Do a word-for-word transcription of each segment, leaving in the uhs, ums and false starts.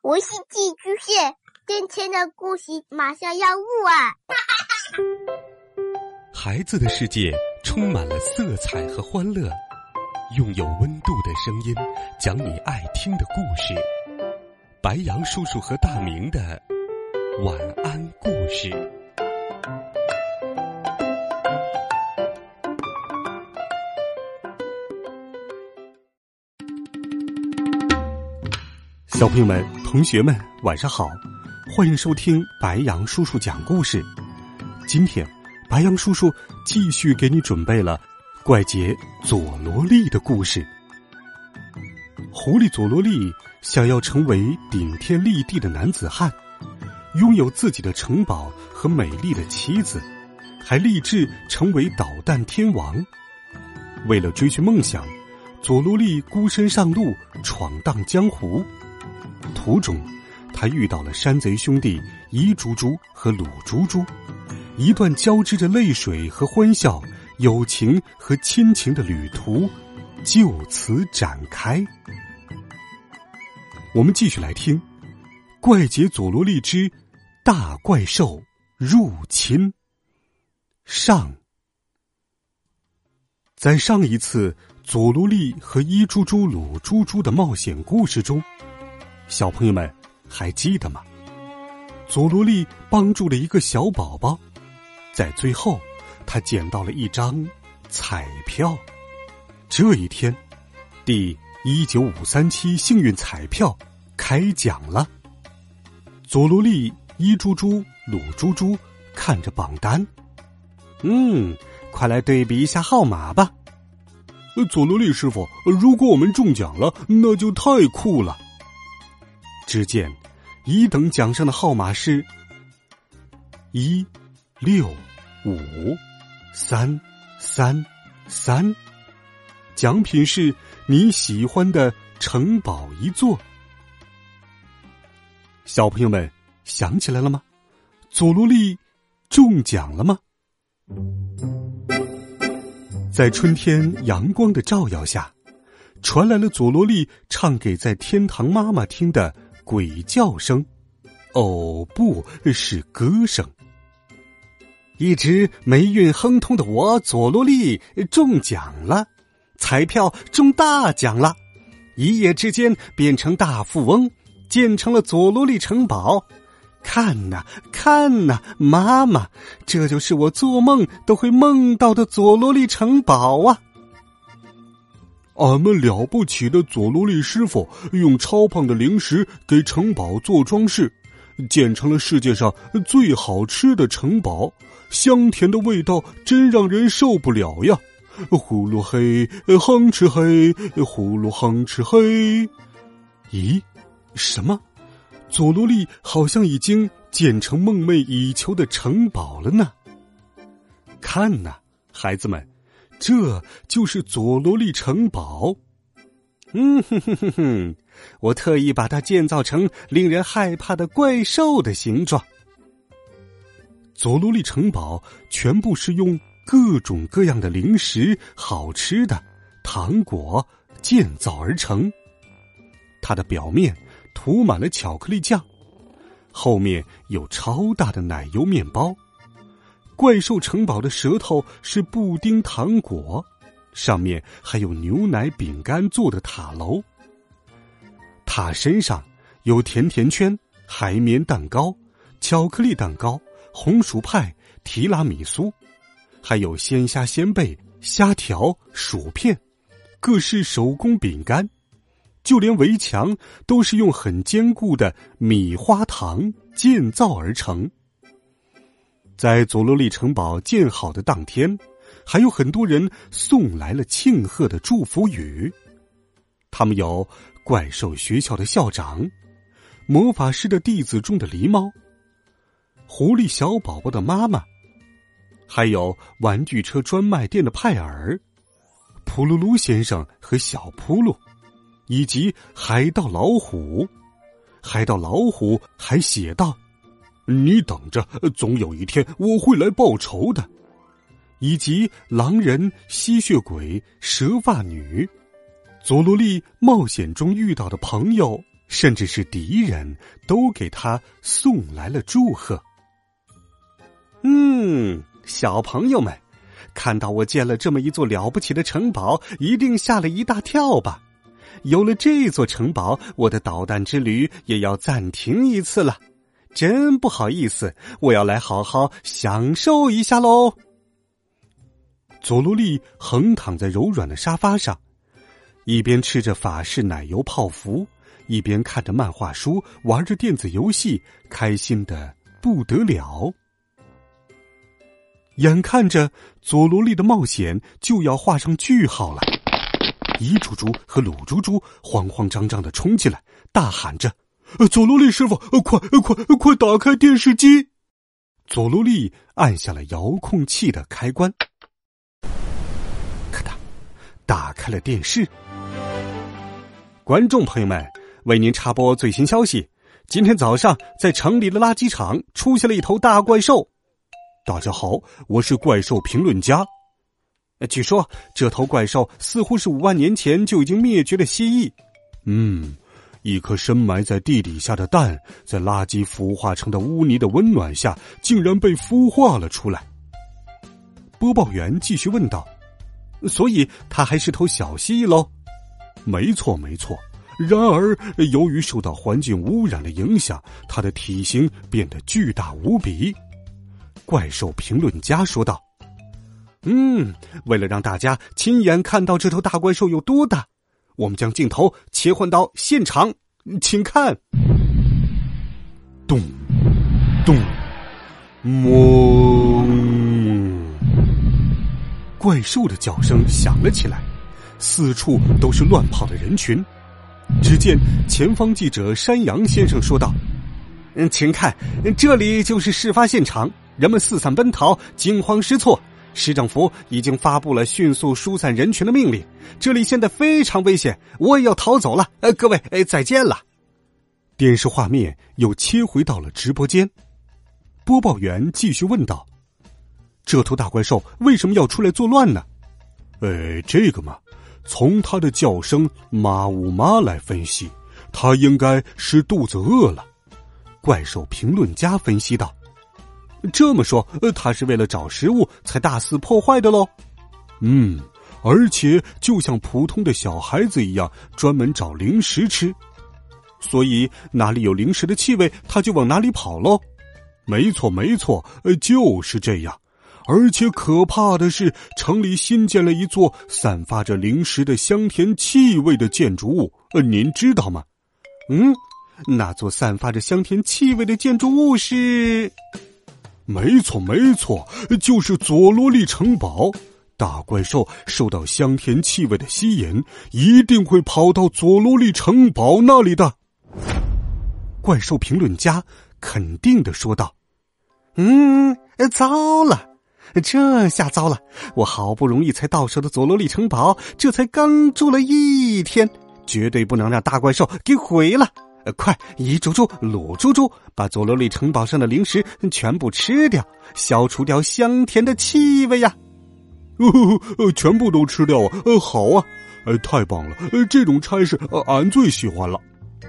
我是寄居蟹，今天的故事马上要录啊！ 孩子的世界充满了色彩和欢乐，用有温度的声音讲你爱听的故事。白杨叔叔和大明的晚安故事。小朋友们、同学们，晚上好，欢迎收听白杨叔叔讲故事。今天白杨叔叔继续给你准备了怪杰佐罗利的故事。狐狸佐罗利想要成为顶天立地的男子汉，拥有自己的城堡和美丽的妻子，还立志成为导弹天王。为了追寻梦想，佐罗利孤身上路，闯荡江湖。途中他遇到了山贼兄弟伊猪猪和鲁猪猪，一段交织着泪水和欢笑、友情和亲情的旅途就此展开。我们继续来听怪杰佐罗利之大怪兽入侵上。在上一次佐罗利和伊猪猪鲁猪猪的冒险故事中，小朋友们还记得吗？佐罗利帮助了一个小宝宝，在最后他捡到了一张彩票。这一天，第一九五三期幸运彩票开奖了。佐罗利、伊猪猪、鲁猪猪看着榜单，嗯，快来对比一下号码吧。佐罗利师傅，如果我们中奖了，那就太酷了。只见一等奖上的号码是一六五三三三，奖品是你喜欢的城堡一座。小朋友们想起来了吗？佐罗利中奖了吗？在春天阳光的照耀下，传来了佐罗利唱给在天堂妈妈听的鬼叫声，哦，不是歌声。一直霉运亨通的我佐罗利中奖了，彩票中大奖了，一夜之间变成大富翁，建成了佐罗利城堡。看呐看呐，妈妈，这就是我做梦都会梦到的佐罗利城堡啊！俺们了不起的佐罗利师傅用超胖的零食给城堡做装饰，建成了世界上最好吃的城堡，香甜的味道真让人受不了呀！呼噜嘿，哼哧嘿，呼噜哼哧嘿。咦，什么？佐罗利好像已经建成梦寐以求的城堡了呢！看呐，孩子们，这就是佐罗利城堡。嗯哼哼哼哼，我特意把它建造成令人害怕的怪兽的形状。佐罗利城堡全部是用各种各样的零食、好吃的糖果建造而成。它的表面涂满了巧克力酱，后面有超大的奶油面包。怪兽城堡的舌头是布丁糖果，上面还有牛奶饼干做的塔楼。塔身上有甜甜圈、海绵蛋糕、巧克力蛋糕、红薯派、提拉米苏，还有鲜虾鲜贝、虾条、薯片，各式手工饼干，就连围墙都是用很坚固的米花糖建造而成。在佐罗利城堡建好的当天，还有很多人送来了庆贺的祝福语。他们有怪兽学校的校长，魔法师的弟子中的狸猫，狐狸小宝宝的妈妈，还有玩具车专卖店的派尔，普鲁鲁先生和小扑噜，以及海盗老虎。海盗老虎还写道：你等着，总有一天我会来报仇的。以及狼人、吸血鬼、蛇发女，佐罗利冒险中遇到的朋友甚至是敌人都给他送来了祝贺。嗯，小朋友们，看到我建了这么一座了不起的城堡，一定吓了一大跳吧？有了这座城堡，我的捣蛋之旅也要暂停一次了。真不好意思，我要来好好享受一下喽。佐罗莉横躺在柔软的沙发上，一边吃着法式奶油泡芙，一边看着漫画书，玩着电子游戏，开心的不得了。眼看着佐罗莉的冒险就要画上句号了，伊猪猪和鲁猪猪慌慌张张的冲进来，大喊着：佐罗莉师傅，快快快打开电视机！佐罗莉按下了遥控器的开关，咔嗒，打开了电视。观众朋友们，为您插播最新消息，今天早上在城里的垃圾场出现了一头大怪兽。大家好，我是怪兽评论家。据说这头怪兽似乎是五万年前就已经灭绝的蜥蜴。嗯，一颗深埋在地底下的蛋，在垃圾孵化成的污泥的温暖下，竟然被孵化了出来。播报员继续问道：所以它还是头小蜥蜴喽？没错没错，然而由于受到环境污染的影响，它的体型变得巨大无比。怪兽评论家说道：嗯，为了让大家亲眼看到这头大怪兽有多大，我们将镜头切换到现场，请看。咚咚嗡，怪兽的叫声响了起来，四处都是乱跑的人群。只见前方记者山羊先生说道：嗯，请看，这里就是事发现场，人们四散奔逃，惊慌失措，市政府已经发布了迅速疏散人群的命令，这里现在非常危险，我也要逃走了，呃，各位，哎，再见了。电视画面又切回到了直播间，播报员继续问道：这头大怪兽为什么要出来作乱呢？呃，这个嘛，从它的叫声妈呜妈来分析，它应该是肚子饿了。怪兽评论家分析道：这么说，呃，他是为了找食物才大肆破坏的喽？嗯，而且就像普通的小孩子一样，专门找零食吃。所以哪里有零食的气味，他就往哪里跑喽？没错没错，呃，就是这样。而且可怕的是，城里新建了一座散发着零食的香甜气味的建筑物，呃，您知道吗？嗯，那座散发着香甜气味的建筑物是……没错没错，就是佐罗莉城堡。大怪兽受到香甜气味的吸引，一定会跑到佐罗莉城堡那里的。怪兽评论家肯定地说道：嗯，糟了，这下糟了，我好不容易才到手的佐罗莉城堡，这才刚住了一天，绝对不能让大怪兽给毁了。呃，快，一猪猪、鲁猪猪，把佐罗莉城堡上的零食全部吃掉，消除掉香甜的气味呀！呃呃，全部都吃掉啊！呃，好啊，呃，太棒了！呃，这种差事，呃，俺最喜欢了。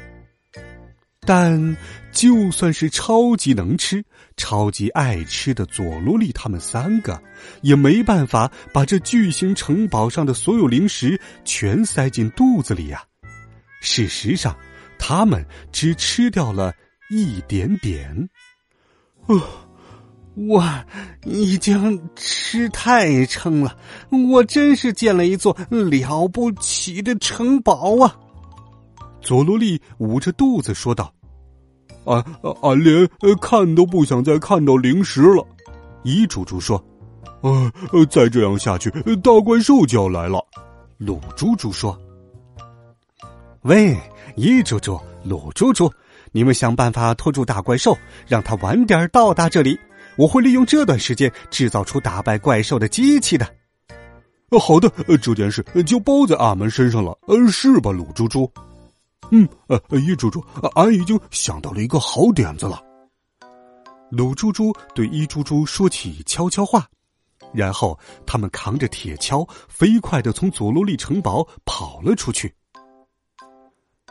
但就算是超级能吃、超级爱吃的佐罗莉他们三个，也没办法把这巨型城堡上的所有零食全塞进肚子里呀。事实上，他们只吃掉了一点点。哦，我已经吃太撑了，我真是建了一座了不起的城堡啊！佐罗莉捂着肚子说道：俺俺连看都不想再看到零食了。伊猪猪说：呃，再这样下去，大怪兽就要来了。鲁猪猪说：喂，伊猪猪、鲁猪猪，你们想办法拖住大怪兽，让他晚点到达这里，我会利用这段时间制造出打败怪兽的机器的。好的，这件事就包在俺们身上了，是吧，鲁猪猪？嗯，呃，伊猪猪，俺已经想到了一个好点子了。鲁猪猪对伊猪猪说起悄悄话，然后他们扛着铁锹，飞快地从佐罗莉城堡跑了出去。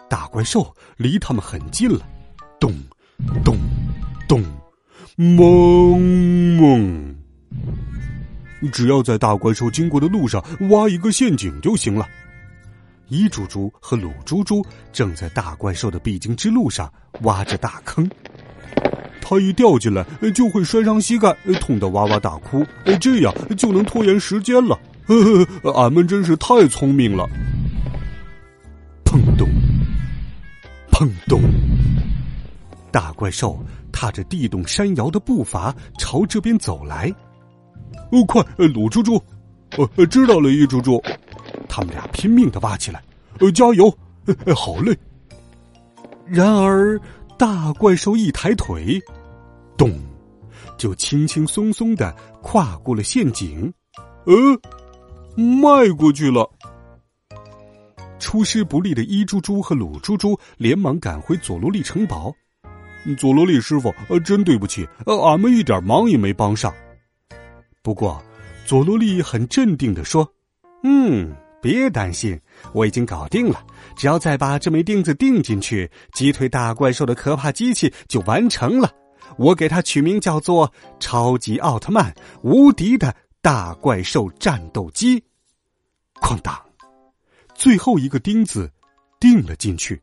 大怪兽离他们很近了，咚咚咚，嗡嗡。只要在大怪兽经过的路上挖一个陷阱就行了。一猪猪和鲁猪猪正在大怪兽的必经之路上挖着大坑，他一掉进来就会摔伤膝盖，痛得哇哇大哭，这样就能拖延时间了。呵呵，俺们真是太聪明了。砰咚砰咚，大怪兽踏着地动山摇的步伐朝这边走来。哦，快，鲁猪猪！呃，知道了，一猪猪。他们俩拼命地挖起来，呃，加油！呃，好嘞。然而，大怪兽一抬腿，咚，就轻轻松松地跨过了陷阱，呃，迈过去了。出师不利的一猪猪和鲁猪猪连忙赶回佐罗利城堡。佐罗利师傅，呃，真对不起，呃，俺们一点忙也没帮上。不过，佐罗利很镇定地说：“嗯，别担心，我已经搞定了。只要再把这枚钉子钉进去，击退大怪兽的可怕机器就完成了。我给它取名叫做‘超级奥特曼无敌的大怪兽战斗机’。”哐当，最后一个钉子钉了进去。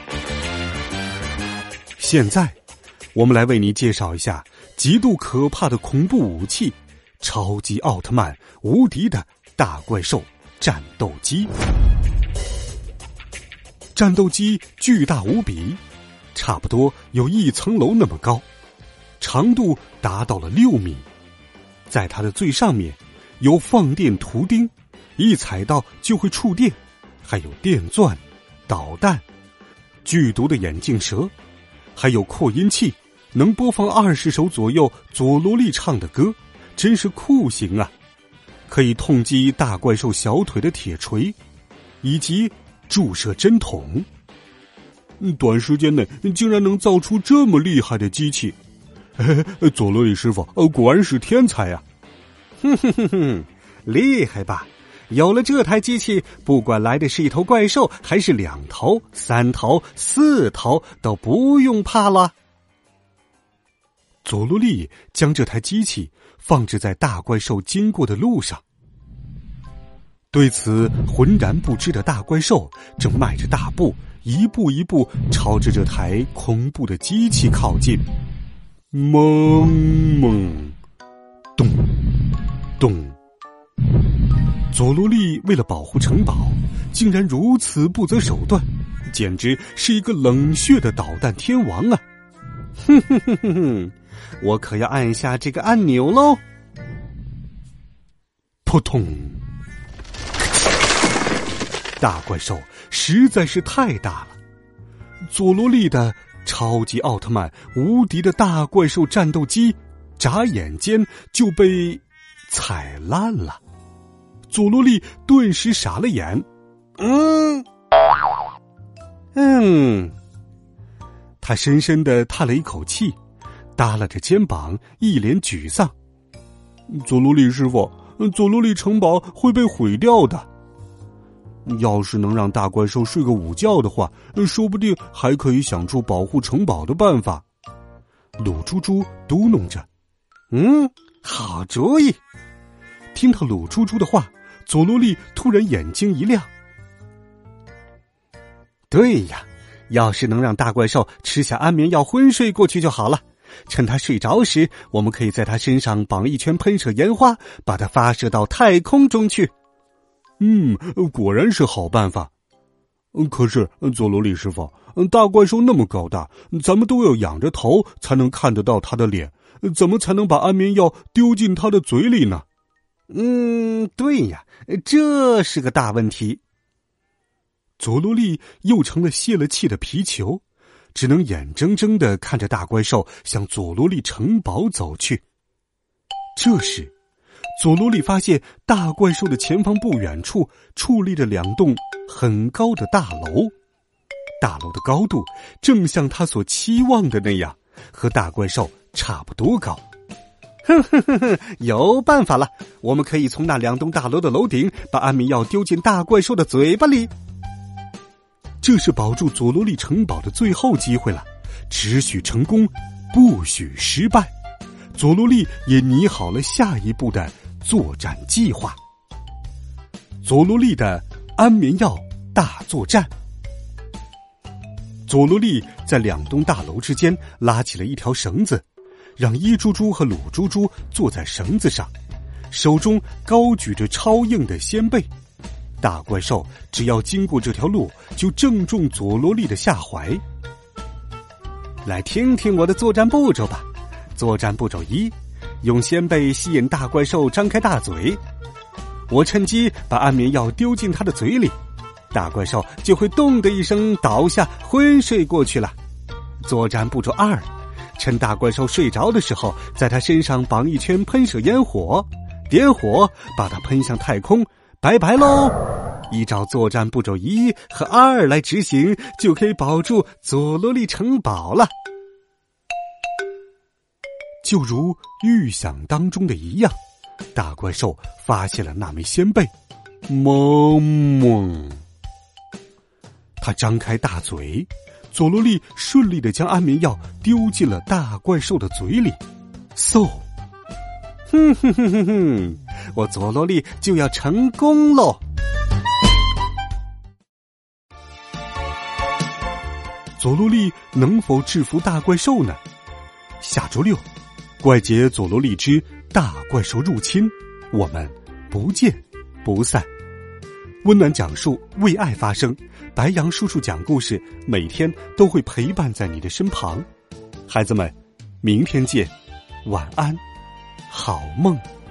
现在，我们来为你介绍一下极度可怕的恐怖武器。超级奥特曼无敌的大怪兽战斗机。战斗机巨大无比，差不多有一层楼那么高，长度达到了六米。在它的最上面有放电图钉，一踩到就会触电，还有电钻、导弹、剧毒的眼镜蛇，还有扩音器，能播放二十首左右佐罗利唱的歌。真是酷刑啊！可以痛击大怪兽小腿的铁锤，以及注射针筒。短时间内竟然能造出这么厉害的机器，嘿嘿，佐罗利师傅，果然是天才啊！哼哼哼哼，厉害吧？有了这台机器，不管来的是一头怪兽，还是两头、三头、四头，都不用怕了。佐罗利将这台机器放置在大怪兽经过的路上。对此浑然不知的大怪兽正迈着大步，一步一步朝着这台恐怖的机器靠近。蒙蒙，咚咚。佐罗利为了保护城堡，竟然如此不择手段，简直是一个冷血的导弹天王啊！哼哼哼哼哼，我可要按下这个按钮喽！扑通！大怪兽实在是太大了，佐罗利的超级奥特曼无敌的大怪兽战斗机，眨眼间就被踩烂了。佐罗利顿时傻了眼，嗯嗯，他深深地叹了一口气，耷拉着肩膀，一脸沮丧。佐罗利师傅，佐罗利城堡会被毁掉的。要是能让大怪兽睡个午觉的话，说不定还可以想出保护城堡的办法。鲁猪猪嘟哝着：“嗯，好主意。”听到鲁猪猪的话，佐罗利突然眼睛一亮。对呀，要是能让大怪兽吃下安眠药昏睡过去就好了。趁他睡着时，我们可以在他身上绑一圈喷射烟花，把它发射到太空中去。嗯，果然是好办法。可是，佐罗利师傅，大怪兽那么高大，咱们都要仰着头才能看得到他的脸，怎么才能把安眠药丢进他的嘴里呢？嗯，对呀，这是个大问题。佐罗利又成了泄了气的皮球，只能眼睁睁地看着大怪兽向佐罗利城堡走去。这时，佐罗利发现大怪兽的前方不远处矗立着两栋很高的大楼，大楼的高度正像他所期望的那样，和大怪兽差不多高。哼哼哼哼，有办法了！我们可以从那两栋大楼的楼顶把安眠药丢进大怪兽的嘴巴里。 这是保住佐罗利城堡的最后机会了，只许成功，不许失败。佐罗利也拟好了下一步的作战计划。佐罗利的安眠药大作战。佐罗利在两栋大楼之间拉起了一条绳子，让伊猪猪和鲁猪猪坐在绳子上，手中高举着超硬的仙贝。大怪兽只要经过这条路，就正中佐罗利的下怀。来听听我的作战步骤吧。作战步骤一，用仙贝吸引大怪兽张开大嘴，我趁机把安眠药丢进他的嘴里，大怪兽就会咚的一声倒下，昏睡过去了。作战步骤二，趁大怪兽睡着的时候，在他身上绑一圈喷射烟火，点火把它喷向太空，拜拜喽。依照作战步骤一和二来执行，就可以保住佐罗利城堡了。就如预想当中的一样，大怪兽发现了那枚仙贝，萌萌。他张开大嘴，佐罗利顺利地将安眠药丢进了大怪兽的嘴里。嗖，哼哼哼哼哼，我佐罗利就要成功喽！佐罗利能否制服大怪兽呢？下周六，怪杰佐罗利之大怪兽入侵，我们不见不散。温暖讲述，为爱发声，白杨叔叔讲故事，每天都会陪伴在你的身旁。孩子们，明天见，晚安，好梦。